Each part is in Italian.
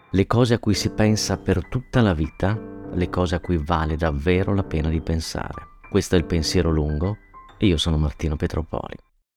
Le cose a cui si pensa per tutta la vita, le cose a cui vale davvero la pena di pensare. Questo è il Pensiero Lungo e io sono Martino Petropoli.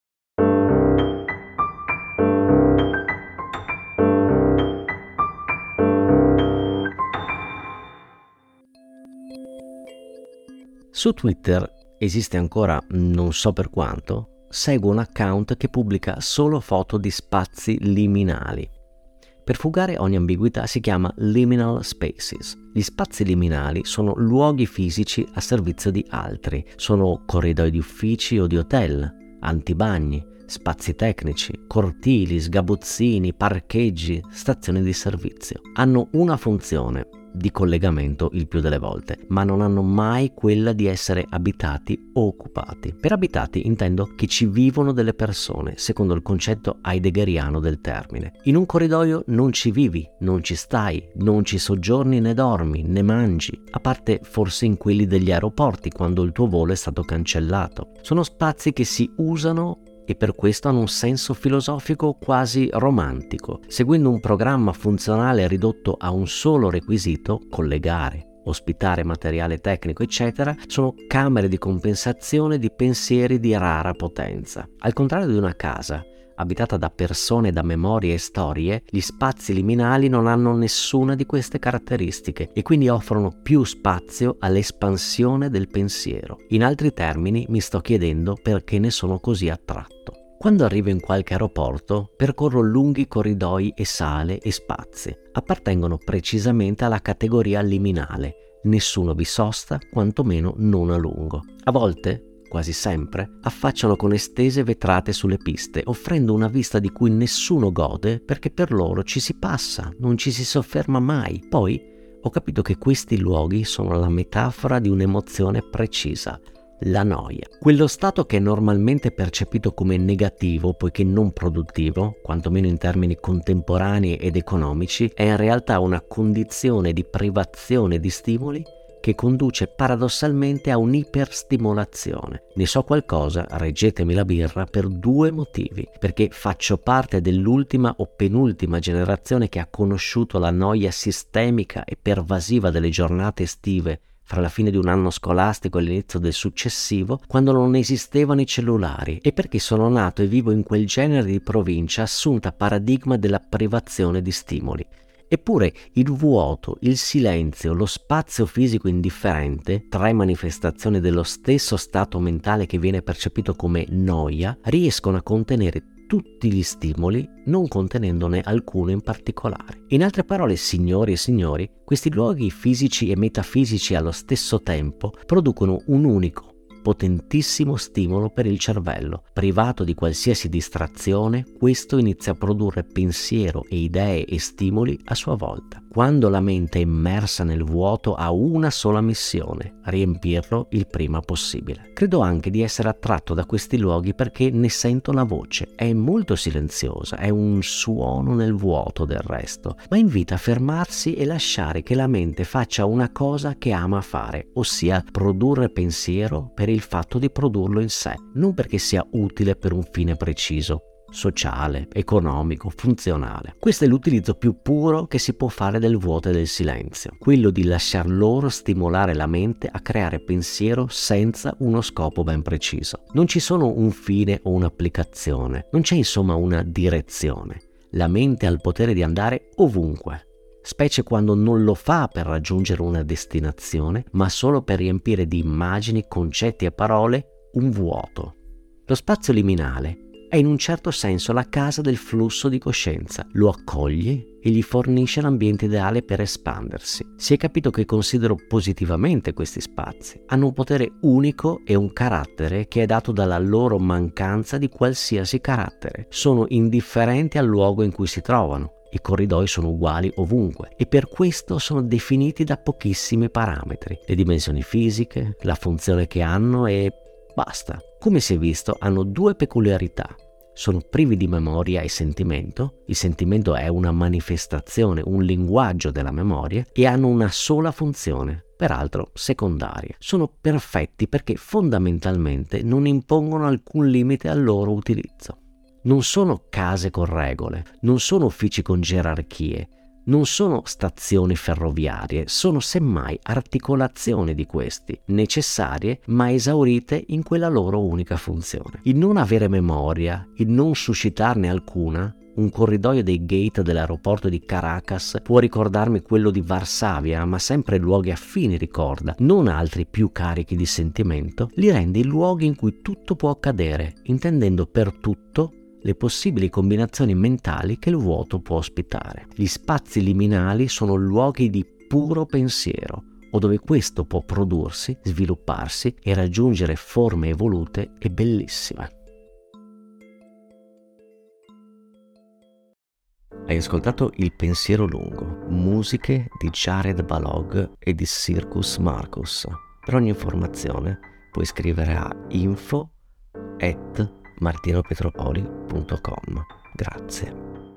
Su Twitter esiste ancora, non so per quanto, seguo un account che pubblica solo foto di spazi liminali. Per fugare ogni ambiguità si chiama liminal spaces. Gli spazi liminali sono luoghi fisici a servizio di altri, sono corridoi di uffici o di hotel, antibagni, spazi tecnici, cortili, sgabuzzini, parcheggi, stazioni di servizio. Hanno una funzione di collegamento il più delle volte, ma non hanno mai quella di essere abitati o occupati. Per abitati intendo che ci vivono delle persone, secondo il concetto heideggeriano del termine. In un corridoio non ci vivi, non ci stai, non ci soggiorni né dormi, né mangi, a parte forse in quelli degli aeroporti quando il tuo volo è stato cancellato. Sono spazi che si usano e per questo hanno un senso filosofico quasi romantico, seguendo un programma funzionale ridotto a un solo requisito: collegare, ospitare materiale tecnico, eccetera. Sono camere di compensazione di pensieri di rara potenza. Al contrario di una casa abitata da persone, da memorie e storie, gli spazi liminali non hanno nessuna di queste caratteristiche e quindi offrono più spazio all'espansione del pensiero. In altri termini, mi sto chiedendo perché ne sono così attratto. Quando arrivo in qualche aeroporto, percorro lunghi corridoi e sale e spazi. Appartengono precisamente alla categoria liminale. Nessuno vi sosta, quantomeno non a lungo. A volte, quasi sempre, affacciano con estese vetrate sulle piste, offrendo una vista di cui nessuno gode perché per loro ci si passa, non ci si sofferma mai. Poi ho capito che questi luoghi sono la metafora di un'emozione precisa: la noia. Quello stato che è normalmente percepito come negativo poiché non produttivo, quantomeno in termini contemporanei ed economici, è in realtà una condizione di privazione di stimoli che conduce paradossalmente a un'iperstimolazione. Ne so qualcosa, reggetemi la birra, per due motivi: perché faccio parte dell'ultima o penultima generazione che ha conosciuto la noia sistemica e pervasiva delle giornate estive fra la fine di un anno scolastico e l'inizio del successivo, quando non esistevano i cellulari, e perché sono nato e vivo in quel genere di provincia assunta paradigma della privazione di stimoli. Eppure il vuoto, il silenzio, lo spazio fisico indifferente, tre manifestazioni dello stesso stato mentale che viene percepito come noia, riescono a contenere tutti gli stimoli, non contenendone alcuno in particolare. In altre parole, signori e signori, questi luoghi fisici e metafisici allo stesso tempo producono un unico, potentissimo stimolo per il cervello. Privato di qualsiasi distrazione, questo inizia a produrre pensiero e idee e stimoli a sua volta. Quando la mente è immersa nel vuoto ha una sola missione: riempirlo il prima possibile. Credo anche di essere attratto da questi luoghi perché ne sento la voce. È molto silenziosa, è un suono nel vuoto del resto, ma invita a fermarsi e lasciare che la mente faccia una cosa che ama fare, ossia produrre pensiero per il fatto di produrlo in sé, non perché sia utile per un fine preciso, sociale, economico, funzionale. Questo è l'utilizzo più puro che si può fare del vuoto e del silenzio, quello di lasciar loro stimolare la mente a creare pensiero senza uno scopo ben preciso. Non ci sono un fine o un'applicazione, non c'è insomma una direzione. La mente ha il potere di andare ovunque, specie quando non lo fa per raggiungere una destinazione, ma solo per riempire di immagini, concetti e parole un vuoto. Lo spazio liminale è in un certo senso la casa del flusso di coscienza, lo accoglie e gli fornisce l'ambiente ideale per espandersi. Si è capito che considero positivamente questi spazi. Hanno un potere unico e un carattere che è dato dalla loro mancanza di qualsiasi carattere. Sono indifferenti al luogo in cui si trovano. I corridoi sono uguali ovunque e per questo sono definiti da pochissimi parametri: le dimensioni fisiche, la funzione che hanno e basta. Come si è visto, hanno due peculiarità: sono privi di memoria e sentimento, il sentimento è una manifestazione, un linguaggio della memoria, e hanno una sola funzione, peraltro secondaria. Sono perfetti perché fondamentalmente non impongono alcun limite al loro utilizzo. Non sono case con regole, non sono uffici con gerarchie, non sono stazioni ferroviarie, sono semmai articolazioni di questi, necessarie ma esaurite in quella loro unica funzione. Il non avere memoria, il non suscitarne alcuna, un corridoio dei gate dell'aeroporto di Caracas può ricordarmi quello di Varsavia, ma sempre luoghi affini ricorda, non altri più carichi di sentimento, li rende i luoghi in cui tutto può accadere, intendendo per tutto le possibili combinazioni mentali che il vuoto può ospitare. Gli spazi liminali sono luoghi di puro pensiero, o dove questo può prodursi, svilupparsi e raggiungere forme evolute e bellissime. Hai ascoltato Il pensiero lungo, musiche di Jared Balog e di Circus Marcus. Per ogni informazione puoi scrivere a info@martinopetropoli.com. Grazie.